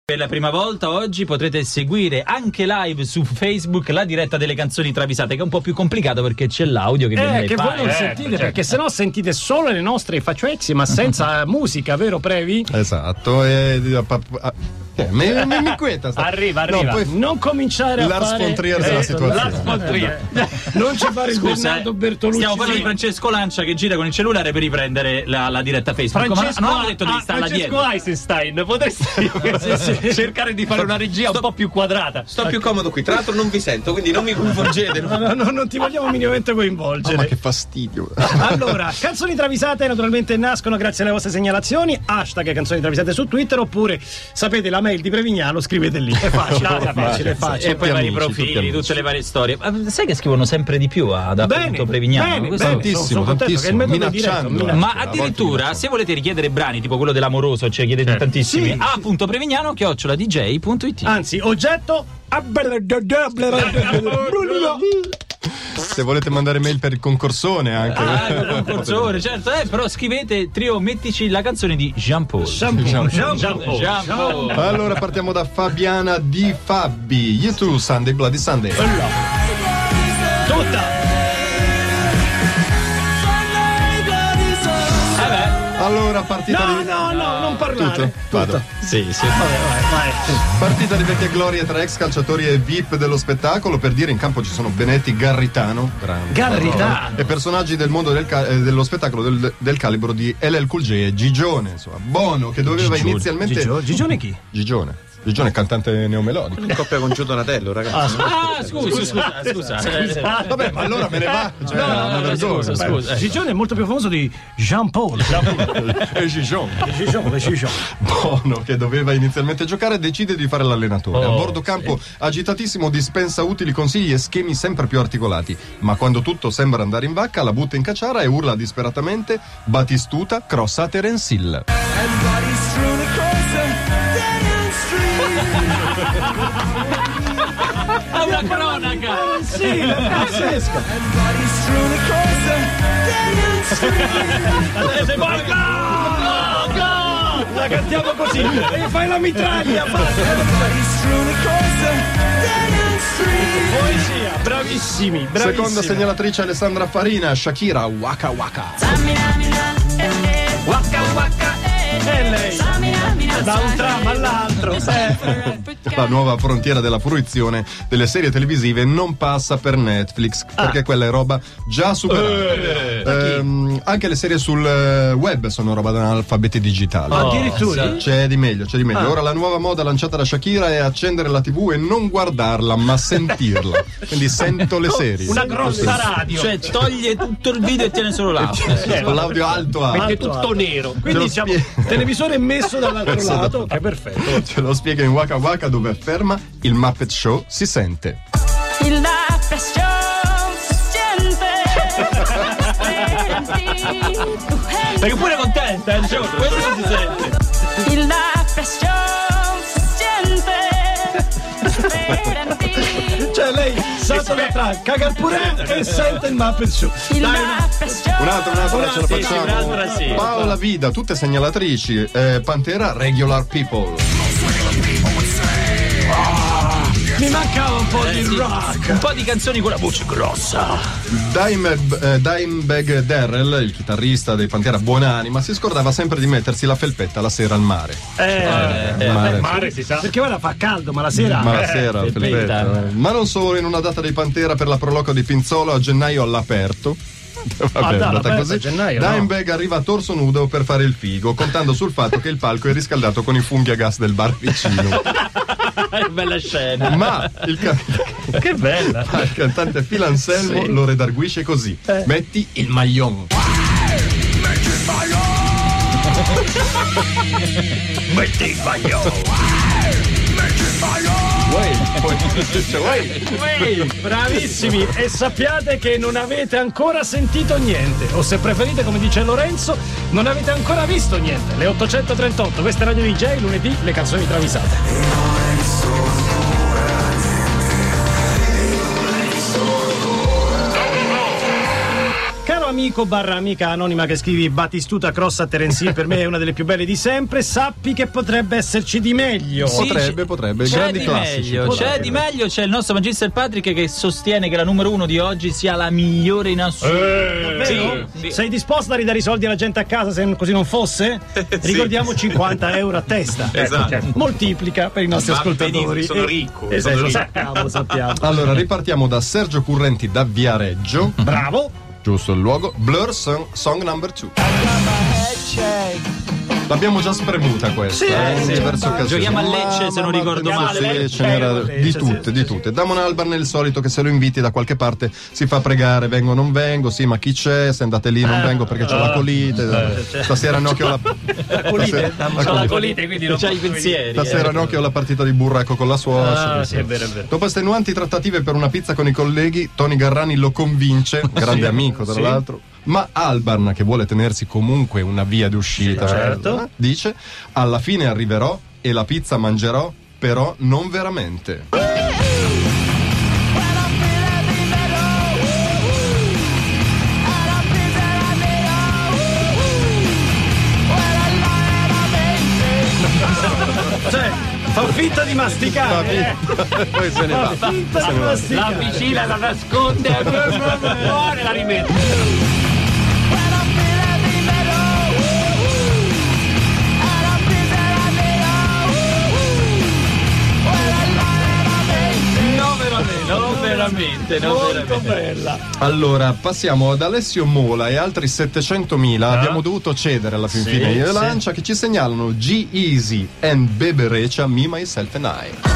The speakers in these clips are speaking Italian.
Per la prima volta oggi potrete seguire anche live su Facebook la diretta delle canzoni travisate, che è un po' più complicato perché c'è l'audio che viene che voi non sentite, perché sennò sentite solo le nostre facciazze ma senza musica, vero Previ? Esatto. Mi inquieta. Arriva. No, non cominciare a Lars fare von Trier della situazione. Non ci fare il Bernardo Bertolucci. Stiamo parlando di Francesco Lancia che gira con il cellulare per riprendere la diretta Facebook. Francesco, ma non ho detto di starla dietro. Francesco Eisenstein, potresti cercare di fare una regia un po' più quadrata. Sto più comodo qui, tra l'altro non vi sento, quindi non mi coinvolgete. No, non ti vogliamo minimamente coinvolgere. Ma che fastidio. Allora, canzoni travisate naturalmente nascono grazie alle vostre segnalazioni. Hashtag canzoni travisate su Twitter, oppure sapete la mail di Prevignano, scrivete lì. È facile, è facile. E poi vari profili, tutte le varie storie. Ma sai che scrivono sempre di più ad appunto Prevignano? Tantissimo. Ma addirittura se volete richiedere brani tipo quello dell'amoroso, cioè chiedete tantissimi, a.prevignano@dj.it. Anzi, oggetto se volete mandare mail per il concorsone anche. Il concorsone, certo, però scrivete trio mettici la canzone di Jean Paul. Allora partiamo da Fabiana di Fabi. You too, Sunday, Bloody Sunday. Tutta. Allora, partita di... No, non parlare. Vado. Sì. Vai. Partita di vecchie glorie tra ex calciatori e VIP dello spettacolo. Per dire, in campo ci sono Benetti, Garritano, e personaggi del mondo dello spettacolo del calibro di LL Cool J e Gigione, insomma. Bono, che doveva inizialmente... Gigione chi? Gigione è cantante neomelodico. In coppia con Gio Donatello, ragazzi. Scusa. Vabbè, ma allora me ne va. Scusa. Gigione è molto più famoso di Jean Paul. E Gigione. Bono, che doveva inizialmente giocare, decide di fare l'allenatore. A bordo campo, agitatissimo, dispensa utili consigli e schemi sempre più articolati. Ma quando tutto sembra andare in vacca, la butta in cacciara e urla disperatamente: Batistuta, crossa Terence Hill. È una cronaca! Sì, è pazzesco! No! La cantiamo così! E fai la mitraglia! Poesia, bravissimi! Seconda segnalatrice Alessandra Farina, Shakira, Waka Waka. Waka Waka! E lei! Da un tram all'altro! La nuova frontiera della fruizione delle serie televisive non passa per Netflix, perché quella è roba già superata. Anche le serie sul web sono roba da analfabeti digitali. Addirittura? C'è di meglio. Ora la nuova moda lanciata da Shakira è accendere la TV e non guardarla, ma sentirla. Quindi sento le serie. Una grossa radio. Cioè toglie tutto il video e tiene solo l'audio. Con l'audio alto. Mette tutto nero. Quindi diciamo televisore messo dall'altro lato, che è perfetto. Ce lo spiega in Waka Waka, dove afferma: il Muppet Show si sente. Il Muppet Show si sente. Perché pure contenta, il show, quello si sente. Il Muppet Show si sente. Cioè lei salta da tra, caga il purè e sente il Muppet Show. Il Muppet Show. Un'altra ce la facciamo. Un'altra sì. Paola Vida, tutte segnalatrici. Pantera, Regular People. Mi mancava un po' di rock. Un po' di canzoni con la voce grossa. Dimebag Darrell, il chitarrista dei Pantera buonanima, si scordava sempre di mettersi la felpetta la sera al mare. Mare si sa. Perché ora fa caldo, ma la sera. Ma la sera, felpetta. Ma non solo, in una data dei Pantera per la proloco di Pinzolo a gennaio all'aperto. Vabbè, è andata così. Dimebag arriva a torso nudo per fare il figo, contando sul fatto che il palco è riscaldato con i funghi a gas del bar vicino. Bella scena. Ma Che bella. il cantante Phil Anselmo lo redarguisce così: metti il maglion. Metti il maglione. Bravissimi. E sappiate che non avete ancora sentito niente, o se preferite, come dice Lorenzo, non avete ancora visto niente. Le 838, questa è Radio DJ, lunedì le canzoni travisate. amico barra amica anonima che scrivi Battistuta cross a Terence Hill, per me è una delle più belle di sempre, sappi che potrebbe esserci di meglio. Sì, Potrebbe, c'è grandi di classici. meglio, c'è di meglio, c'è il nostro Magister Patrick che sostiene che la numero 1 di oggi sia la migliore in assoluto. Davvero? Sì. Sei disposto a ridare i soldi alla gente a casa se così non fosse? Ricordiamo 50 euro a testa. Esatto. Cioè, moltiplica per i nostri Va ascoltatori. benissimo, sono ricco, Esatto, sono sappiamo. Allora, ripartiamo da Sergio Currenti da Viareggio. Bravo. Giusto il luogo. Blur Song Number 2. L'abbiamo già spremuta questa, in diverse occasioni. Giochiamo a Lecce, se non ricordo male. Sì, ce n'era di tutte. Damon Albarn è il solito che se lo inviti da qualche parte si fa pregare, vengo o non vengo, sì, ma chi c'è? Se andate lì non vengo perché c'ho la colite. Stasera Nocchio la colite. C'ho la colite, quindi non C'hai i pensieri. Stasera Nocchio la partita di burraco con la suocera. Sì, è vero, è vero. Dopo estenuanti trattative per una pizza con i colleghi, Tony Garrani lo convince, grande amico tra l'altro. Ma Albarn, che vuole tenersi comunque una via di uscita, certo. dice: alla fine arriverò e la pizza mangerò, però non veramente. Cioè, fa finta di masticare. Poi se ne va. Finta di masticare. La vicina la nasconde fuori, la rimette. Non veramente. Molto bella. Allora, passiamo ad Alessio Mola e altri 700.000. Abbiamo dovuto cedere alla fin fine di Lancia, che ci segnalano G-Eazy and Bebe Rexha, Me, Myself and I.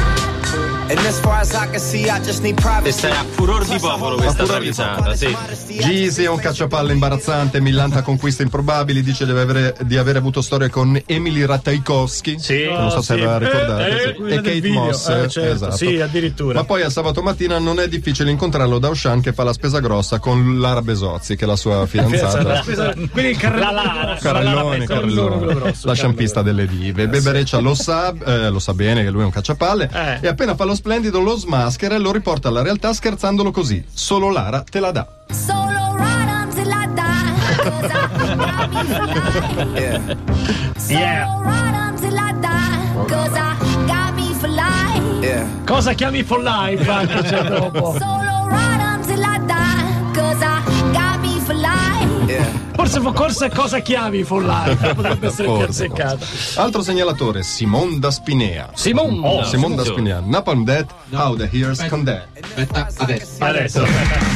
Questa è a furor di popolo questa travisata, sì. G-Eazy è un cacciapalle imbarazzante, millanta conquiste improbabili, dice di aver avuto storie con Emily Ratajkowski, Sì. non so se aveva ricordato, quella e del Kate video. Moss, Certo, esatto. sì, addirittura. Ma poi al sabato mattina non è difficile incontrarlo da Ocean che fa la spesa grossa con Lara Besozzi, che è la sua fidanzata. Quindi il carrellone. Carrellone, la sciampista delle dive. Bebe Rexha lo sa bene che lui è un cacciapalle, e appena fa lo splendido lo smaschera e lo riporta alla realtà scherzandolo così: solo Lara te la dà. Solo ride until I die, 'cause I got me for life. Solo ride until I die, 'cause I got me for life. Cosa chiami for life? Anche c'è dopo. Solo ride until I die, 'cause I got me for life. Forse cosa chiami for life? Potrebbe essere più Forse. azzeccata. Altro segnalatore, Simon da Spinea. Simon. Simon da Spinea. Napalm Death, How the Hears Condemn. Aspetta, adesso. Adesso.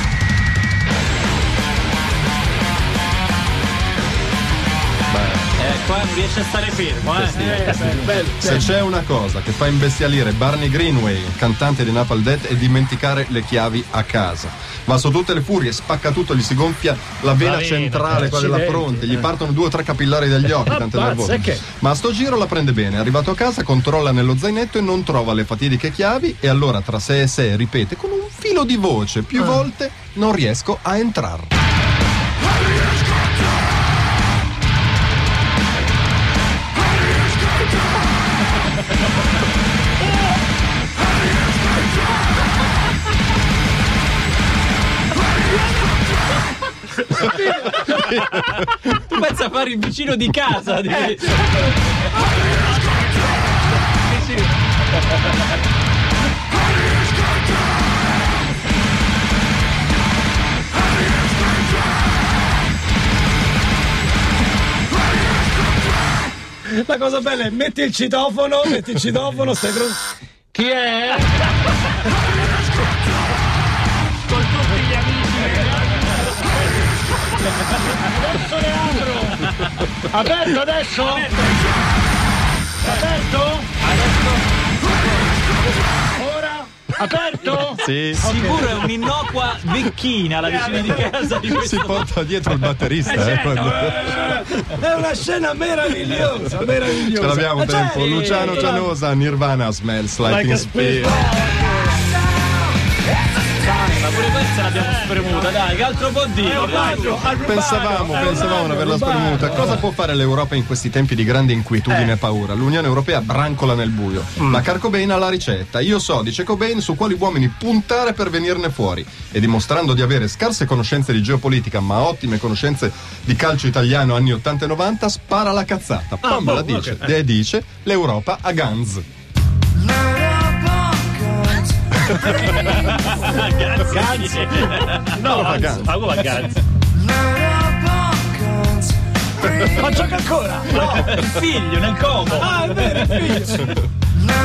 Qua non riesce a stare fermo, Se c'è una cosa che fa imbestialire Barney Greenway, cantante di Napalm Death, è dimenticare le chiavi a casa. Va su tutte le furie, spacca tutto, gli si gonfia la vena centrale, quella della fronte, gli partono 2 o 3 capillari dagli occhi, tanto è nervoso. Ma a sto giro la prende bene, è arrivato a casa, controlla nello zainetto e non trova le fatidiche chiavi, e allora tra sé e sé ripete con un filo di voce più volte: non riesco a entrare. Tu pensa a fare il vicino di casa. La cosa bella è metti il citofono, stai pronto? Chi è? Con tutti gli amici. Adesso le apro. Aperto adesso? Aperto? Ora? Aperto? Sì. Sicuro è un'innocua vecchina la vicina di casa di questo. Si porta dietro il batterista, È una scena meravigliosa. Ce l'abbiamo tempo. Luciano Cianosa, Nirvana, Smells Like Teen Spirit. Ma pure questa l'abbiamo spremuta, dai, che altro può dire? Pensavamo di averla spremuta. Cosa può fare l'Europa in questi tempi di grande inquietudine e paura? L'Unione Europea brancola nel buio. Ma Kurt Cobain ha la ricetta. Io so, dice Cobain, su quali uomini puntare per venirne fuori. E dimostrando di avere scarse conoscenze di geopolitica, ma ottime conoscenze di calcio italiano anni 80 e 90, spara la cazzata. Pam, la dice. E dice, l'Europa ha Guns. Grazie. No, Guns. Guns. Ma gioca ancora? No, il figlio nel Como. Ah, è vero, il figlio.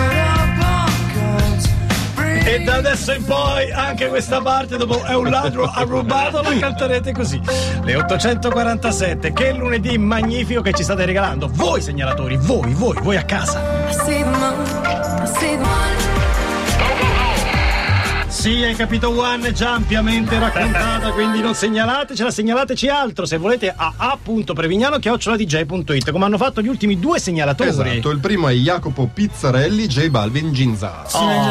E da adesso in poi anche questa parte, dopo È un ladro ha rubato, la canterete così. Le 847, che lunedì magnifico che ci state regalando. Voi segnalatori, voi a casa. I see the moon, I see the moon. Sì, hai capito One, già ampiamente raccontata, quindi non segnalatecela, segnalateci altro se volete a a.prevignano@dj.it, come hanno fatto gli ultimi due segnalatori. Esatto, il primo è Jacopo Pizzarelli, J Balvin, Ginza.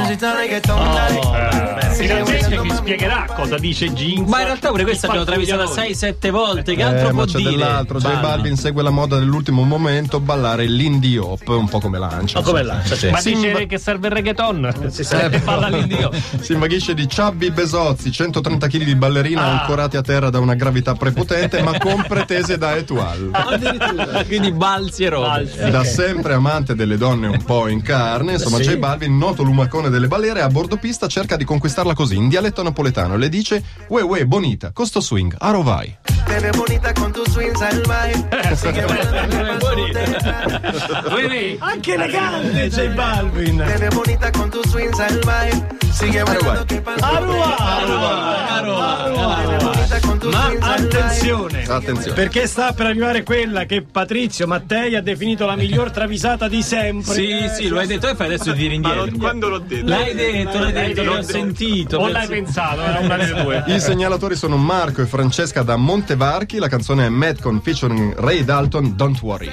Silenzio che spiegherà cosa dice Jinx. Ma in realtà pure questa l'abbiamo travisata 6-7 volte. Che altro può ma c'è dire? dell'altro. J Balvin segue la moda dell'ultimo momento, ballare l'indie hop, un po' come Lancia. O come Lancia, Sì. Ma Si dice che serve il reggaeton. Si sa. Balla l'indio. Si invaghisce di Chubby Besozzi, 130 kg di ballerina ancorati a terra da una gravità prepotente, ma con pretese da Etoile. Quindi balzi e robe. Da sempre amante delle donne un po' in carne, insomma, Sì. J Balvin, noto lumacone delle balere, a bordo pista cerca di conquistarla così, in dialetto napoletano. Le dice: Uè, bonita, costo swing, aro vai. Te ves bonita con tu swing salvaje. Sigue bailando con tu teta. Anche elegante J Balvin. Te ves bonita con tu swing salvaje. Sigue bailando que pa' Ma attenzione, Attenzione. perché sta per arrivare quella che Patrizio Mattei ha definito la miglior travisata di sempre. Sì, lo hai detto e fai adesso tiri indietro. Quando l'ho detto? L'hai detto, l'ho sentito. O l'hai pensato, era una delle due. I segnalatori sono Marco e Francesca da Montevarchi, la canzone è Madcon featuring Ray Dalton, Don't Worry.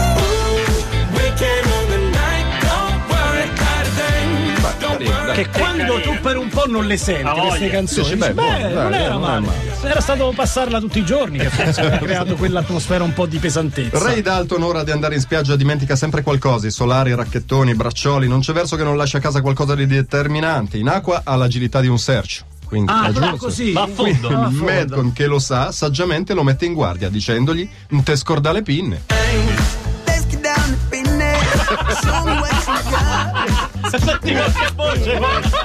Che quando tu per un po' non le senti queste canzoni, Dici, beh, dici, buono, non dai, era non è male. male. Era stato passarla tutti i giorni che forse aveva creato quell'atmosfera un po' di pesantezza. Ray Dalton, ora di andare in spiaggia, dimentica sempre qualcosa: i solari, i racchettoni, i braccioli. Non c'è verso che non lasci a casa qualcosa di determinante. In acqua ha l'agilità di un sercio. Quindi Ah, così. Va a fondo. il Madcon, che lo sa, saggiamente lo mette in guardia dicendogli: non te scorda le pinne. Let's get down to business. Show me what you got. Senti qualche voce.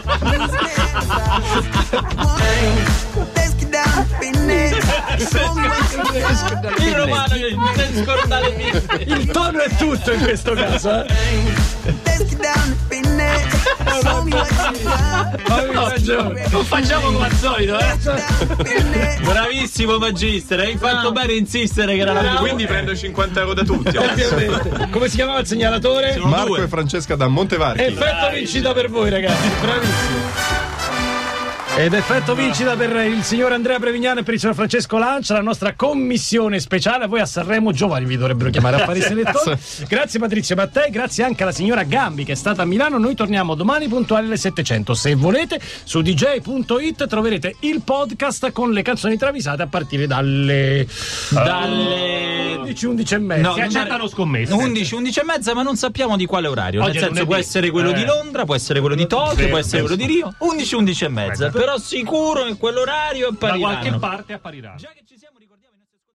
Let's get down to business. Show me what you got. Il romano che non ti scordare più. Il tono è tutto in questo caso. Let's get down to business. Show me what you got. Non facciamo come al solito, Business. Bravissimo Magister, hai fatto bene a insistere che era la mia. Quindi prendo 50 euro da tutti. Ovviamente. Come si chiamava il segnalatore? Marco e Francesca da Montevarchi. Effetto vincita per voi, ragazzi, bravissimo. Ed effetto vincita per il signor Andrea Prevignano e per il signor Francesco Lancia, la nostra commissione speciale. Voi a Sanremo giovani vi dovrebbero chiamare a fare i selettori. Grazie Patrizio Mattei, grazie anche alla signora Gambi che è stata a Milano. Noi torniamo domani puntuali alle 700. Se volete, su dj.it troverete il podcast con le canzoni travisate a partire dalle 11, 11 e mezza. No, Si accettano scommesse. 11 e mezza, ma non sappiamo di quale orario. Oggi Nel è senso, lunedì. può essere quello di Londra, può essere quello di Tokyo, può essere quello di Rio. 11 e mezza. Però sicuro in quell'orario Da qualche appariranno. parte appariranno. Già che ci siamo